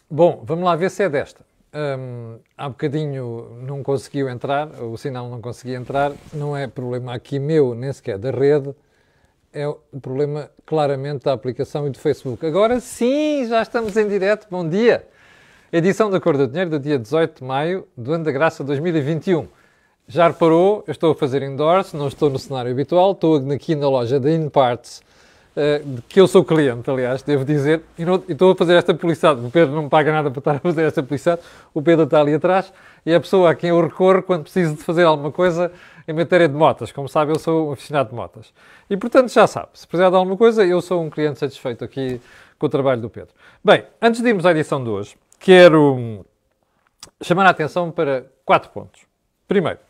Bom, vamos lá ver se é desta. Há bocadinho não conseguiu entrar, o sinal não conseguia entrar. Não é problema aqui meu, nem sequer da rede. É o problema claramente da aplicação e do Facebook. Agora sim, já estamos em direto. Bom dia! Edição da Cor do Dinheiro do dia 18 de maio do ano da graça 2021. Já reparou, eu estou a fazer endorse, não estou no cenário habitual, estou aqui na loja da InParts, que eu sou cliente, aliás, devo dizer, e estou a fazer esta publicidade. O Pedro não me paga nada para estar a fazer esta publicidade, o Pedro está ali atrás, e é a pessoa a quem eu recorro quando preciso de fazer alguma coisa em matéria de motas. Como sabe, eu sou um aficionado de motas. E, portanto, já sabe, se precisar de alguma coisa, eu sou um cliente satisfeito aqui com o trabalho do Pedro. Bem, antes de irmos à edição de hoje, quero chamar a atenção para 4 pontos. Primeiro,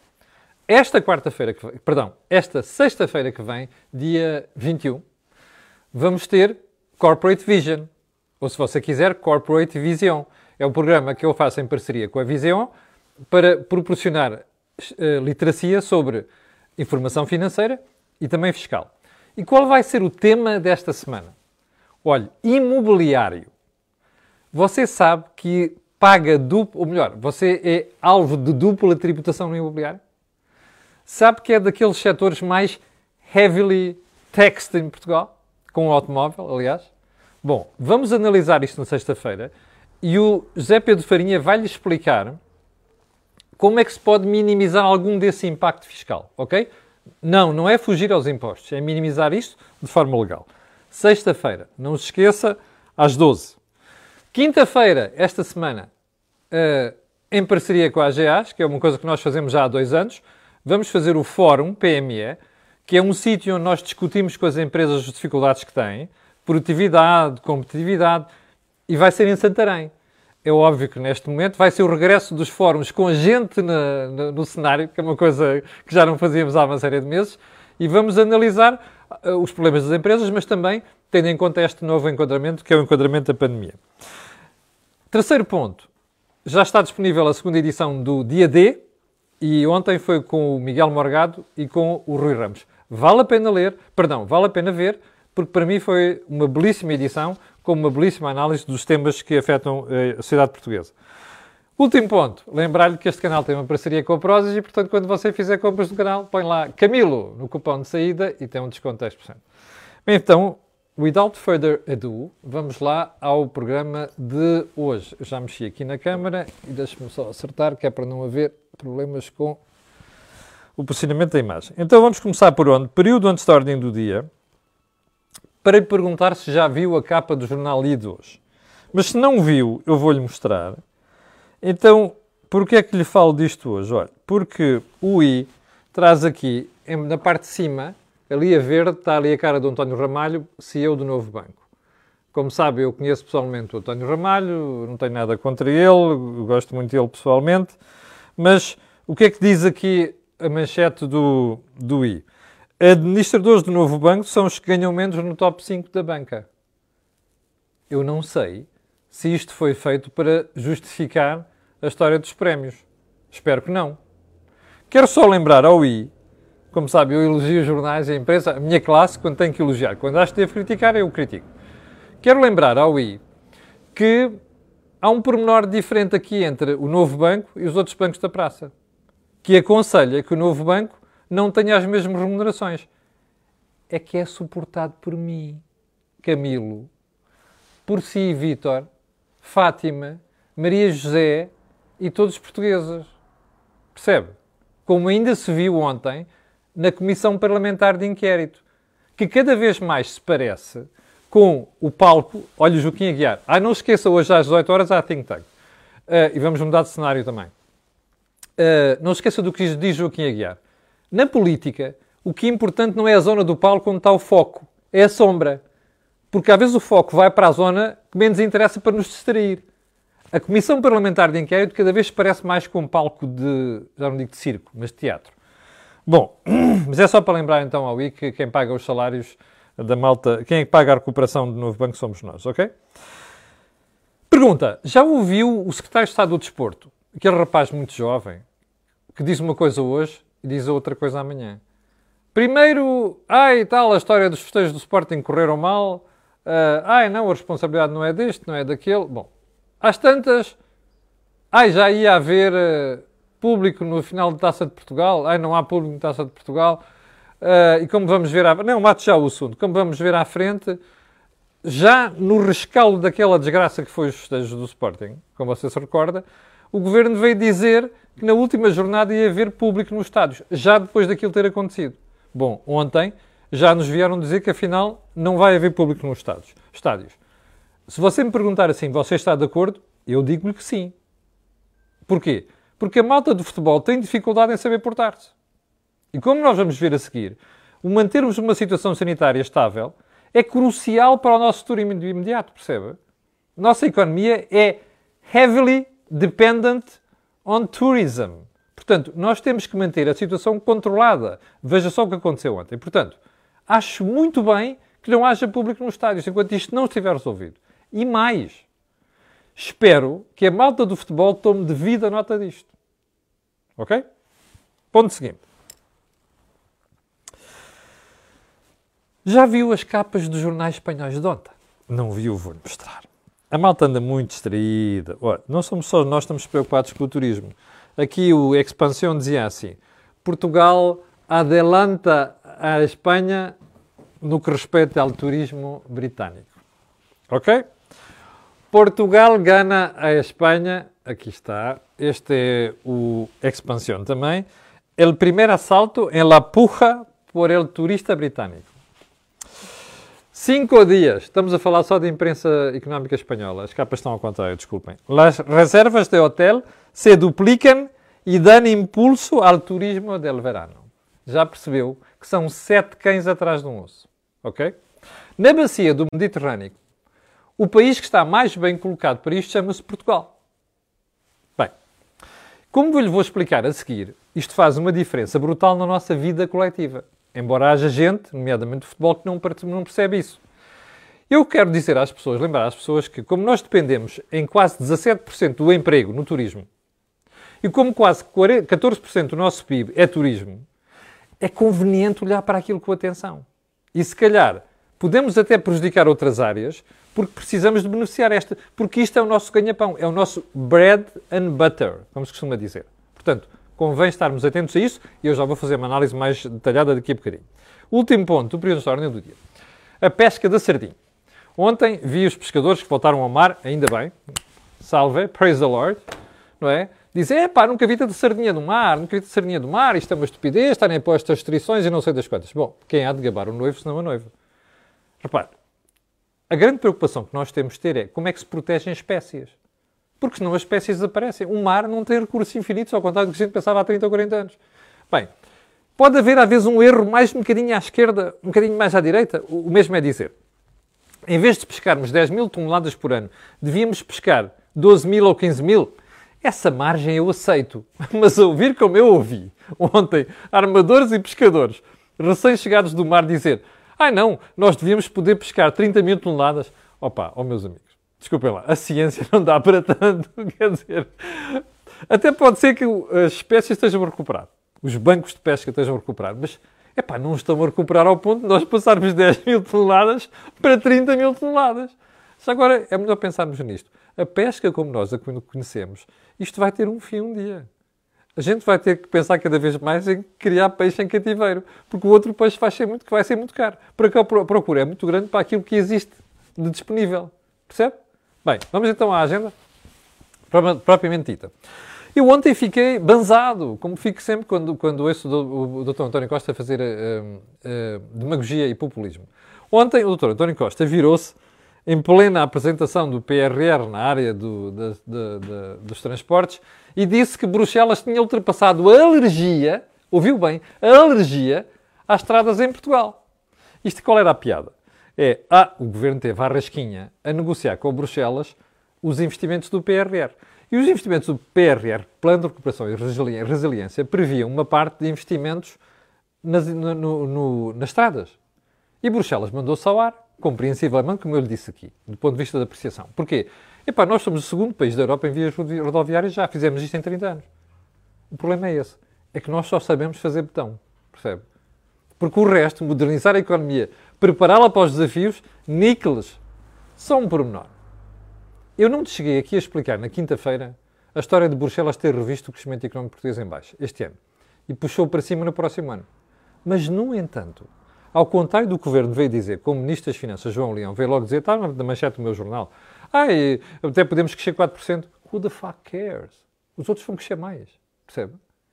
esta sexta-feira que vem, dia 21, vamos ter Corporate Vision, ou se você quiser, Corporate Vision. É um programa que eu faço em parceria com a Vision para proporcionar literacia sobre informação financeira e também fiscal. E qual vai ser o tema desta semana? Olhe, imobiliário. Você sabe que paga duplo, ou melhor, você é alvo de dupla tributação no imobiliário? Sabe que é daqueles setores mais heavily taxed em Portugal? Com o automóvel, aliás. Bom, vamos analisar isto na sexta-feira e o José Pedro Farinha vai-lhe explicar como é que se pode minimizar algum desse impacto fiscal, ok? Não é fugir aos impostos, é minimizar isto de forma legal. Sexta-feira, não se esqueça, às 12. Quinta-feira, esta semana, em parceria com a AGEAS, que é uma coisa que nós fazemos já há 2 anos, vamos fazer o Fórum PME, que é um sítio onde nós discutimos com as empresas as dificuldades que têm, produtividade, competitividade, e vai ser em Santarém. É óbvio que neste momento vai ser o regresso dos fóruns com a gente no cenário, que é uma coisa que já não fazíamos há uma série de meses, e vamos analisar os problemas das empresas, mas também tendo em conta este novo enquadramento, que é o enquadramento da pandemia. Terceiro ponto, já está disponível a segunda edição do Dia D, e ontem foi com o Miguel Morgado e com o Rui Ramos. Vale a pena ver, porque para mim foi uma belíssima edição, com uma belíssima análise dos temas que afetam a sociedade portuguesa. Último ponto, lembrar-lhe que este canal tem uma parceria com a Prozis e, portanto, quando você fizer compras no canal, põe lá Camilo no cupom de saída e tem um desconto de 10%. Bem, então, without further ado, vamos lá ao programa de hoje. Eu já mexi aqui na câmara e deixe-me só acertar, que é para não haver problemas com o posicionamento da imagem. Então vamos começar por onde? Período antes da ordem do dia, para lhe perguntar se já viu a capa do jornal lido hoje. Mas se não viu, eu vou-lhe mostrar. Então, porquê é que lhe falo disto hoje? Olha, porque o I traz aqui, na parte de cima, ali a verde, está ali a cara do António Ramalho, CEO do Novo Banco. Como sabe, eu conheço pessoalmente o António Ramalho, não tenho nada contra ele, gosto muito dele pessoalmente, mas o que é que diz aqui a manchete do I? Administradores do Novo Banco são os que ganham menos no top 5 da banca. Eu não sei se isto foi feito para justificar a história dos prémios. Espero que não. Quero só lembrar ao I, como sabe, eu elogio os jornais e a imprensa, a minha classe, quando tenho que elogiar. Quando acho que devo criticar, eu critico. Quero lembrar ao I que há um pormenor diferente aqui entre o Novo Banco e os outros bancos da praça, que aconselha que o Novo Banco não tenha as mesmas remunerações. É que é suportado por mim, Camilo, por si, Vítor, Fátima, Maria José e todos os portugueses. Percebe? Como ainda se viu ontem na Comissão Parlamentar de Inquérito, que cada vez mais se parece com o palco. Olha o Joaquim Aguiar. Não se esqueça, hoje às 18 horas há a Think Tank. E vamos mudar de cenário também. Não se esqueça do que diz Joaquim Aguiar. Na política, o que é importante não é a zona do palco onde está o foco, é a sombra. Porque às vezes o foco vai para a zona que menos interessa para nos distrair. A Comissão Parlamentar de Inquérito cada vez parece mais com um palco de, já não digo de circo, mas de teatro. Bom, mas é só para lembrar então ao I que quem paga os salários da malta, quem é que paga a recuperação do Novo Banco somos nós, ok? Pergunta, já ouviu o secretário de Estado do Desporto, aquele rapaz muito jovem, que diz uma coisa hoje e diz outra coisa amanhã? Primeiro, a história dos festejos do Sporting correram mal, não, a responsabilidade não é deste, não é daquele. Bom, às tantas, já ia haver público no final da Taça de Portugal, não há público na Taça de Portugal, e como vamos ver, não, mate já o assunto, como vamos ver à frente, já no rescaldo daquela desgraça que foi os festejos do Sporting, como você se recorda, o Governo veio dizer que na última jornada ia haver público nos estádios, já depois daquilo ter acontecido. Bom, ontem já nos vieram dizer que afinal não vai haver público nos estádios. Se você me perguntar assim, você está de acordo? Eu digo-lhe que sim. Porquê? Porque a malta do futebol tem dificuldade em saber portar-se. E como nós vamos ver a seguir, o mantermos uma situação sanitária estável é crucial para o nosso futuro imediato, percebe? Nossa economia é heavily dependent on tourism. Portanto, nós temos que manter a situação controlada. Veja só o que aconteceu ontem. Portanto, acho muito bem que não haja público nos estádios enquanto isto não estiver resolvido. E mais, espero que a malta do futebol tome devida nota disto. Ok? Ponto seguinte. Já viu as capas dos jornais espanhóis de ontem? Não viu, vou-lhe mostrar. A malta anda muito distraída. Olha, não somos só nós que estamos preocupados com o turismo. Aqui o Expansión dizia assim: Portugal adelanta a Espanha no que respeita ao turismo britânico. Ok? Portugal gana a Espanha. Aqui está. Este é o Expansión também. El primer assalto en la puja por el turista britânico. 5 dias. Estamos a falar só de imprensa económica espanhola. As capas estão ao contrário, desculpem. Las reservas de hotel se duplican e dão impulso ao turismo del verano. Já percebeu que são 7 cães atrás de um osso. Ok? Na bacia do Mediterrâneo, o país que está mais bem colocado para isto chama-se Portugal. Bem, como eu lhe vou explicar a seguir, isto faz uma diferença brutal na nossa vida coletiva. Embora haja gente, nomeadamente do futebol, que não percebe isso. Eu quero dizer às pessoas, lembrar às pessoas que, como nós dependemos em quase 17% do emprego no turismo, e como quase 14% do nosso PIB é turismo, é conveniente olhar para aquilo com atenção. E se calhar podemos até prejudicar outras áreas, porque precisamos de beneficiar porque isto é o nosso ganha-pão, é o nosso bread and butter, como se costuma dizer. Portanto, convém estarmos atentos a isso e eu já vou fazer uma análise mais detalhada daqui a bocadinho. Último ponto, o período de ordem do dia. A pesca da sardinha. Ontem vi os pescadores que voltaram ao mar, ainda bem, salve, praise the Lord, não é? Dizem, nunca vi tanta sardinha do mar, isto é uma estupidez, estarem postas restrições e não sei das quantas. Bom, quem há de gabar o noivo senão a noiva? Repare, a grande preocupação que nós temos de ter é como é que se protegem espécies. Porque senão as espécies desaparecem. O mar não tem recursos infinitos, ao contrário do que a gente pensava há 30 ou 40 anos. Bem, pode haver às vezes um erro mais um bocadinho à esquerda, um bocadinho mais à direita. O mesmo é dizer, em vez de pescarmos 10 mil toneladas por ano, devíamos pescar 12 mil ou 15 mil? Essa margem eu aceito. Mas a ouvir como eu ouvi ontem, armadores e pescadores recém-chegados do mar dizer não, nós devíamos poder pescar 30 mil toneladas. Meus amigos. Desculpem lá, a ciência não dá para tanto, quer dizer, até pode ser que as espécies estejam a recuperar, os bancos de pesca estejam a recuperar, mas, não estão a recuperar ao ponto de nós passarmos 10 mil toneladas para 30 mil toneladas. Já agora é melhor pensarmos nisto. A pesca como nós a conhecemos, isto vai ter um fim um dia. A gente vai ter que pensar cada vez mais em criar peixe em cativeiro, porque o outro peixe vai ser muito caro. Porque a procura é muito grande para aquilo que existe de disponível. Percebe? Bem, vamos então à agenda propriamente dita. Eu ontem fiquei banzado, como fico sempre quando ouço o Dr. António Costa fazer demagogia e populismo. Ontem o Dr. António Costa virou-se em plena apresentação do PRR na área dos transportes e disse que Bruxelas tinha ultrapassado a alergia, ouviu bem, a alergia às estradas em Portugal. Isto qual era a piada? O Governo teve à rasquinha a negociar com Bruxelas os investimentos do PRR. E os investimentos do PRR, Plano de Recuperação e Resiliência, previam uma parte de investimentos nas estradas. E Bruxelas mandou-se ao ar, compreensivelmente, como eu lhe disse aqui, do ponto de vista da apreciação. Porquê? Nós somos o segundo país da Europa em vias rodoviárias, já fizemos isto em 30 anos. O problema é esse. É que nós só sabemos fazer betão. Percebe? Porque o resto, modernizar a economia, prepará-la para os desafios, níqueles, são um pormenor. Eu não te cheguei aqui a explicar na quinta-feira a história de Bruxelas ter revisto o crescimento económico português em baixo este ano e puxou para cima no próximo ano. Mas, no entanto, ao contrário do que o Governo veio dizer, como Ministro das Finanças, João Leão, veio logo dizer, está na manchete do meu jornal, até podemos crescer 4%. Who the fuck cares? Os outros vão crescer mais, percebe?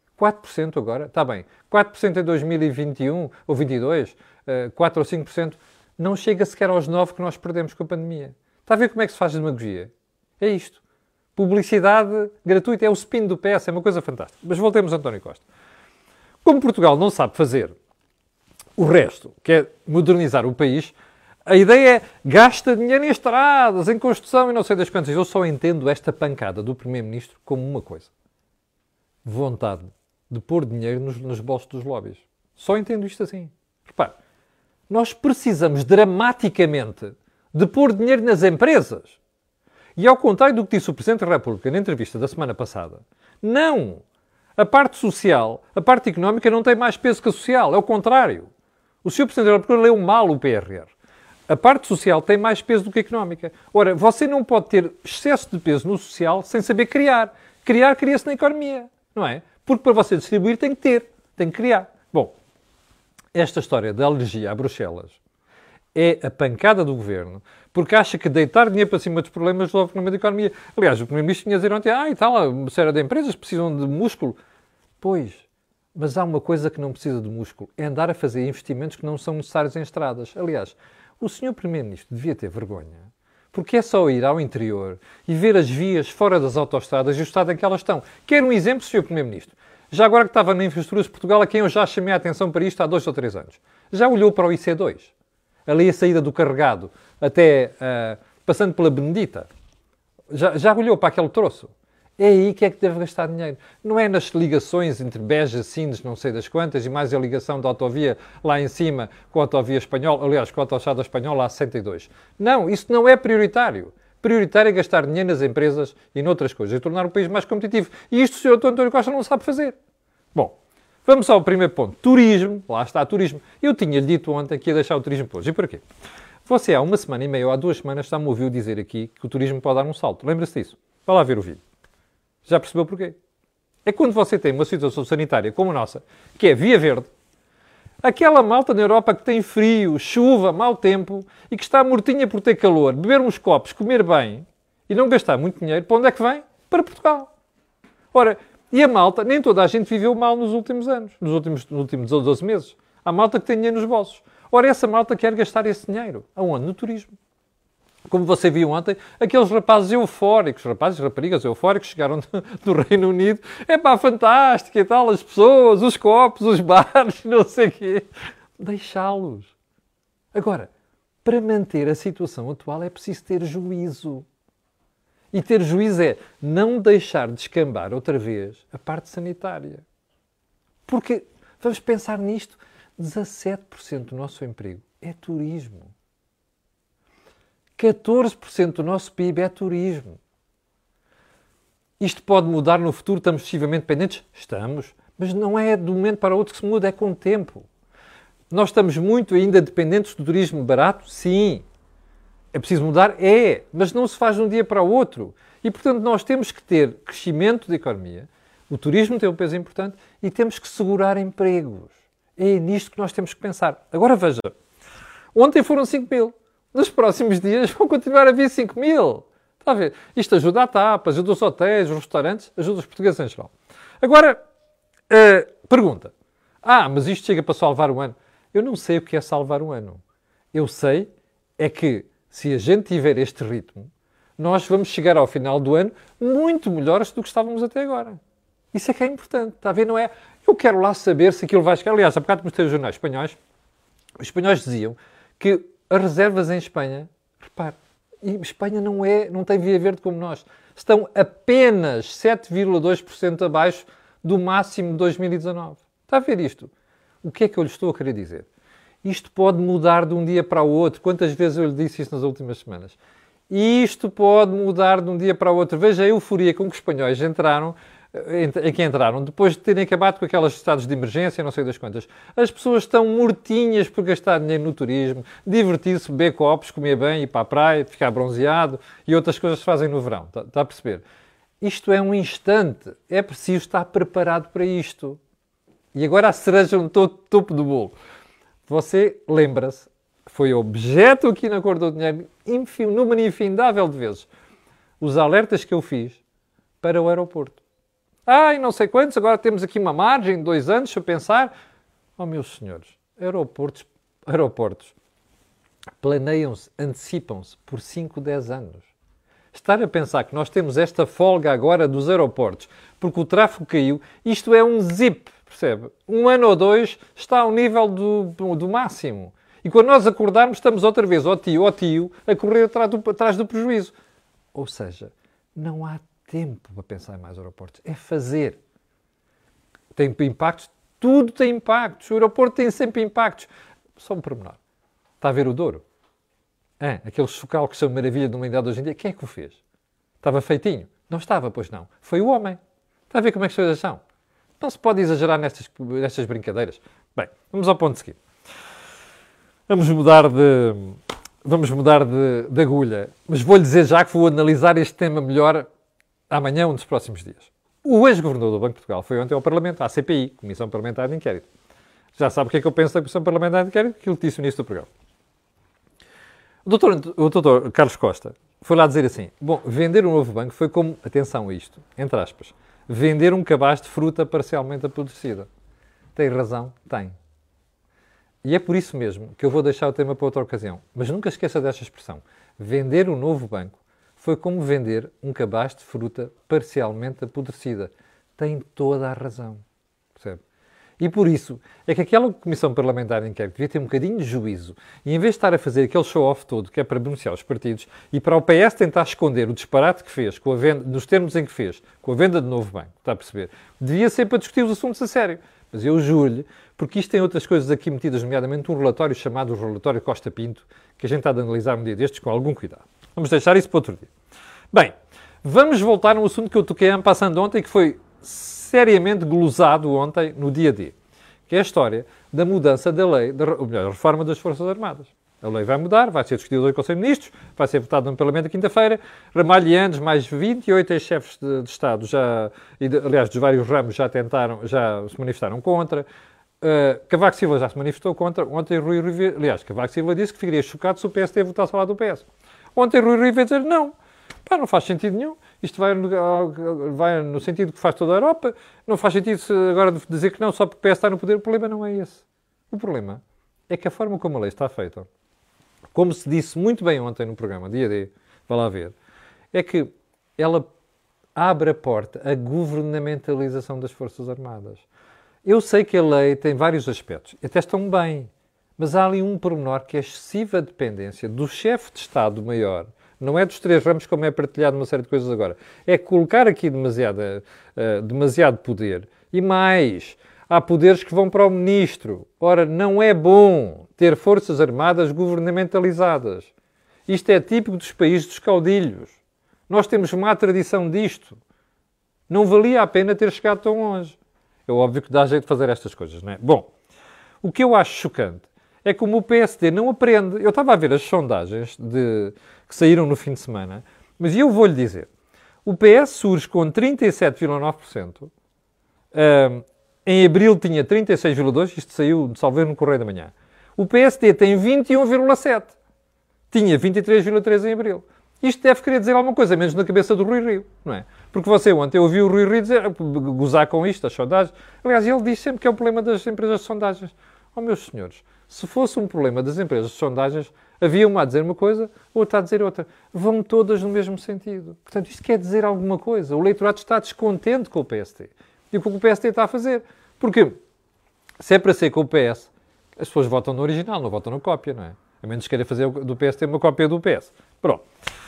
4% agora, está bem. 4% em 2021 ou 22, 4 ou 5%, não chega sequer aos 9% que nós perdemos com a pandemia. Está a ver como é que se faz demagogia? É isto. Publicidade gratuita, é o spin do PS, é uma coisa fantástica. Mas voltemos a António Costa. Como Portugal não sabe fazer o resto, que é modernizar o país, a ideia é gasta dinheiro em estradas, em construção e não sei das quantas. Eu só entendo esta pancada do Primeiro-Ministro como uma coisa. Vontade de pôr dinheiro nos bolsos dos lobbies. Só entendo isto assim. Repare, nós precisamos dramaticamente de pôr dinheiro nas empresas. E ao contrário do que disse o Presidente da República na entrevista da semana passada, não! A parte social, a parte económica não tem mais peso que a social. É o contrário. O Sr. Presidente da República leu mal o PRR. A parte social tem mais peso do que a económica. Ora, você não pode ter excesso de peso no social sem saber criar. Criar, cria-se na economia, não é? Porque para você distribuir tem que ter, tem que criar. Bom, esta história da alergia a Bruxelas é a pancada do Governo, porque acha que deitar dinheiro para cima dos problemas resolve o problema da economia. Aliás, o Primeiro-Ministro tinha a dizer ontem, e tal, a série de empresas precisam de músculo. Pois, mas há uma coisa que não precisa de músculo, é andar a fazer investimentos que não são necessários em estradas. Aliás, o Sr. Primeiro-Ministro devia ter vergonha, porque é só ir ao interior e ver as vias fora das autoestradas e o estado em que elas estão. Quero um exemplo, Sr. Primeiro-Ministro. Já agora que estava na Infraestruturas de Portugal, a quem eu já chamei a atenção para isto há 2 ou 3 anos. Já olhou para o IC2? Ali a saída do carregado, até passando pela Benedita. Já olhou para aquele troço? É aí que é que deve gastar dinheiro. Não é nas ligações entre Beja, Sines, não sei das quantas, e mais a ligação da autovia lá em cima com a autovia espanhola, aliás, com a autoestrada espanhola a 62. Não, isso não é prioritário. Prioritário é gastar dinheiro nas empresas e noutras coisas, e tornar o país mais competitivo. E isto o Sr. António Costa não sabe fazer. Bom, vamos ao primeiro ponto. Turismo. Lá está, turismo. Eu tinha-lhe dito ontem que ia deixar o turismo para hoje. E porquê? Você há 1 semana e meia ou há 2 semanas já me ouviu dizer aqui que o turismo pode dar um salto. Lembra-se disso? Vá lá ver o vídeo. Já percebeu porquê? É quando você tem uma situação sanitária como a nossa, que é via verde, aquela malta na Europa que tem frio, chuva, mau tempo e que está mortinha por ter calor, beber uns copos, comer bem e não gastar muito dinheiro, para onde é que vem? Para Portugal. Ora, e a malta, nem toda a gente viveu mal nos últimos anos, nos últimos 12 meses. Há malta que tem dinheiro nos bolsos. Ora, essa malta quer gastar esse dinheiro. Aonde? No turismo. Como você viu ontem, aqueles rapazes eufóricos, rapazes e raparigas eufóricos, chegaram do Reino Unido. É pá, fantástico e tal, as pessoas, os copos, os bares, não sei o quê. Deixá-los. Agora, para manter a situação atual é preciso ter juízo. E ter juízo é não deixar descambar outra vez a parte sanitária. Porque, vamos pensar nisto, 17% do nosso emprego é turismo. 14% do nosso PIB é turismo. Isto pode mudar no futuro? Estamos excessivamente dependentes? Estamos. Mas não é de um momento para o outro que se muda, é com o tempo. Nós estamos muito ainda dependentes do turismo barato? Sim. É preciso mudar? É. Mas não se faz de um dia para o outro. E, portanto, nós temos que ter crescimento da economia. O turismo tem um peso importante e temos que segurar empregos. É nisto que nós temos que pensar. Agora veja. Ontem foram 5.000. Nos próximos dias vão continuar a vir 5.000. Está a ver? Isto ajuda a TAP, ajuda os hotéis, os restaurantes, ajuda os portugueses em geral. Agora, pergunta. Mas isto chega para salvar o ano. Eu não sei o que é salvar o ano. Eu sei é que, se a gente tiver este ritmo, nós vamos chegar ao final do ano muito melhores do que estávamos até agora. Isso é que é importante. Está a ver? Não é? Eu quero lá saber se aquilo vai chegar. Aliás, há bocado mostrei os jornais espanhóis. Os espanhóis diziam que as reservas em Espanha, repare, e Espanha não tem via verde como nós. Estão apenas 7,2% abaixo do máximo de 2019. Está a ver isto? O que é que eu lhe estou a querer dizer? Isto pode mudar de um dia para o outro. Quantas vezes eu lhe disse isso nas últimas semanas? Isto pode mudar de um dia para o outro. Veja a euforia com que os espanhóis entraram em que entraram, depois de terem acabado com aqueles estados de emergência, não sei das quantas. As pessoas estão mortinhas por gastar dinheiro no turismo, divertir-se, beber copos, comer bem, ir para a praia, ficar bronzeado e outras coisas que se fazem no verão. Está a perceber? Isto é um instante. É preciso estar preparado para isto. E agora a cereja no topo do bolo. Você lembra-se, foi objeto aqui na Cor do Dinheiro, número infindável de vezes, os alertas que eu fiz para o aeroporto. E não sei quantos, agora temos aqui uma margem de 2 anos, se eu pensar. Oh, meus senhores, aeroportos planeiam-se, antecipam-se por 5, 10 anos. Estar a pensar que nós temos esta folga agora dos aeroportos porque o tráfego caiu, isto é um zip, percebe? 1 ano ou 2 está ao nível do máximo. E quando nós acordarmos, estamos outra vez, ó tio, a correr atrás do prejuízo. Ou seja, não há tempo para pensar em mais aeroportos. É fazer. Tem impactos? Tudo tem impactos. O aeroporto tem sempre impactos. Só um pormenor. Está a ver o Douro? Aquele chocal que são maravilha da humanidade hoje em dia. Quem é que o fez? Estava feitinho? Não estava, pois não. Foi o homem. Está a ver como é que as coisas são? Não se pode exagerar nestas brincadeiras. Bem, vamos ao ponto seguinte. Vamos mudar de agulha. Mas vou-lhe dizer já que vou analisar este tema melhor amanhã ou nos próximos dias. O ex-governador do Banco de Portugal foi ontem ao Parlamento, à CPI, Comissão Parlamentar de Inquérito. Já sabe o que é que eu penso da Comissão Parlamentar de Inquérito? Aquilo que disse no início do programa. O doutor Carlos Costa foi lá dizer assim, bom, vender um novo banco foi como, atenção a isto, entre aspas, vender um cabaz de fruta parcialmente apodrecida. Tem razão? Tem. E é por isso mesmo que eu vou deixar o tema para outra ocasião. Mas nunca esqueça desta expressão. Vender um novo banco foi como vender um cabaz de fruta parcialmente apodrecida. Tem toda a razão. Percebe? E por isso é que aquela Comissão Parlamentar de Inquérito devia ter um bocadinho de juízo e em vez de estar a fazer aquele show-off todo que é para beneficiar os partidos e para o PS tentar esconder o disparate que fez, com a venda, nos termos em que fez, com a venda de novo banco, está a perceber? Devia ser para discutir os assuntos a sério. Mas eu juro-lhe, porque isto tem outras coisas aqui metidas, nomeadamente um relatório chamado o Relatório Costa Pinto, que a gente está a analisar um dia destes com algum cuidado. Vamos deixar isso para outro dia. Bem, vamos voltar a um assunto que eu toquei ano passando ontem, que foi seriamente glosado ontem, no dia D, que é a história da mudança da lei, ou melhor, a reforma das Forças Armadas. A lei vai mudar, vai ser discutida no Conselho de Ministros, vai ser votado no Parlamento quinta-feira. Ramalho e Andes, mais 28 ex-chefes de Estado, aliás, dos vários ramos, já se manifestaram contra. Cavaco Silva já se manifestou contra. Ontem Rui Rio, aliás, Cavaco Silva disse que ficaria chocado se o PSD votasse ao lado do PS. Ontem Rui Rio veio dizer não. Não faz sentido nenhum. Isto vai no sentido que faz toda a Europa. Não faz sentido agora dizer que não, só porque o PS está no poder. O problema não é esse. O problema é que a forma como a lei está feita, como se disse muito bem ontem no programa, dia D, vai lá ver, é que ela abre a porta à governamentalização das Forças Armadas. Eu sei que a lei tem vários aspectos, até estão bem, mas há ali um pormenor que é a excessiva dependência do chefe de Estado-Maior. Não é dos 3 ramos, como é partilhado uma série de coisas agora. É colocar aqui demasiado poder. E mais, há poderes que vão para o Ministro. Ora, não é bom ter Forças Armadas governamentalizadas. Isto é típico dos países dos caudilhos. Nós temos má tradição disto. Não valia a pena ter chegado tão longe. É óbvio que dá jeito de fazer estas coisas, não é? Bom, o que eu acho chocante é como o PSD não aprende. Eu estava a ver as sondagens que saíram no fim de semana, mas eu vou-lhe dizer, o PS surge com 37,9%, em abril tinha 36,2%, isto saiu, salvo erro, no Correio da Manhã. O PSD tem 21,7%, tinha 23,3% em abril. Isto deve querer dizer alguma coisa, menos na cabeça do Rui Rio, não é? Porque você ontem ouviu o Rui Rio gozar com isto, as sondagens. Aliás, ele diz sempre que é o problema das empresas de sondagens. Oh, meus senhores, se fosse um problema das empresas de sondagens, havia uma a dizer uma coisa, outra a dizer outra. Vão todas no mesmo sentido. Portanto, isto quer dizer alguma coisa. O eleitorado está descontente com o PSD. E o que o PSD está a fazer. Porque, se é para ser com o PS, as pessoas votam no original, não votam na cópia, não é? A menos que queira fazer do PSD uma cópia do PS. Pronto.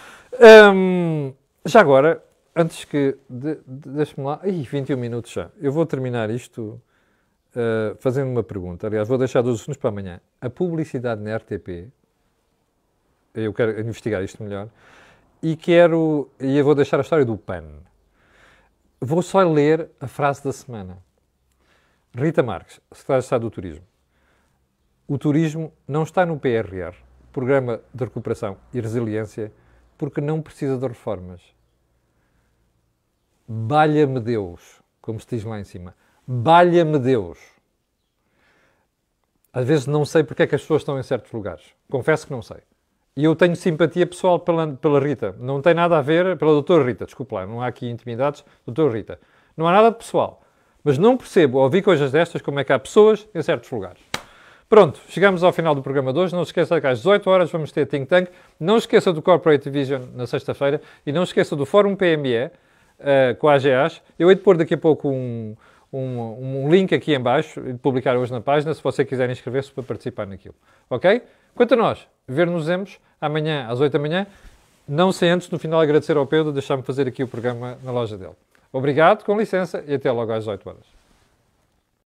Já agora, antes que... Deixa-me lá... 21 minutos já. Eu vou terminar isto fazendo uma pergunta. Aliás, vou deixar 2 assuntos para amanhã. A publicidade na RTP... Eu quero investigar isto melhor. E eu vou deixar a história do PAN. Vou só ler a frase da semana. Rita Marques, Secretária de Estado do Turismo. O turismo não está no PRR, Programa de Recuperação e Resiliência, porque não precisa de reformas. Valha-me Deus, como se diz lá em cima. Valha-me Deus. Às vezes não sei porque é que as pessoas estão em certos lugares. Confesso que não sei. E eu tenho simpatia pessoal pela Rita. Não tem nada a ver, pela doutora Rita, desculpe lá, não há aqui intimidades, doutora Rita. Não há nada de pessoal. Mas não percebo, ao ouvir coisas destas, como é que há pessoas em certos lugares. Pronto, chegamos ao final do programa de hoje. Não se esqueça que às 18 horas vamos ter Think Tank. Não se esqueça do Corporate Vision na sexta-feira. E não se esqueça do Fórum PME com a AGAs. Eu hei de pôr daqui a pouco um link aqui em baixo e publicar hoje na página, se você quiser inscrever-se para participar naquilo. Ok? Quanto a nós, ver-nos-emos amanhã às 8 da manhã. Não sei antes, no final, agradecer ao Pedro, deixar-me fazer aqui o programa na loja dele. Obrigado, com licença, e até logo às 18 horas.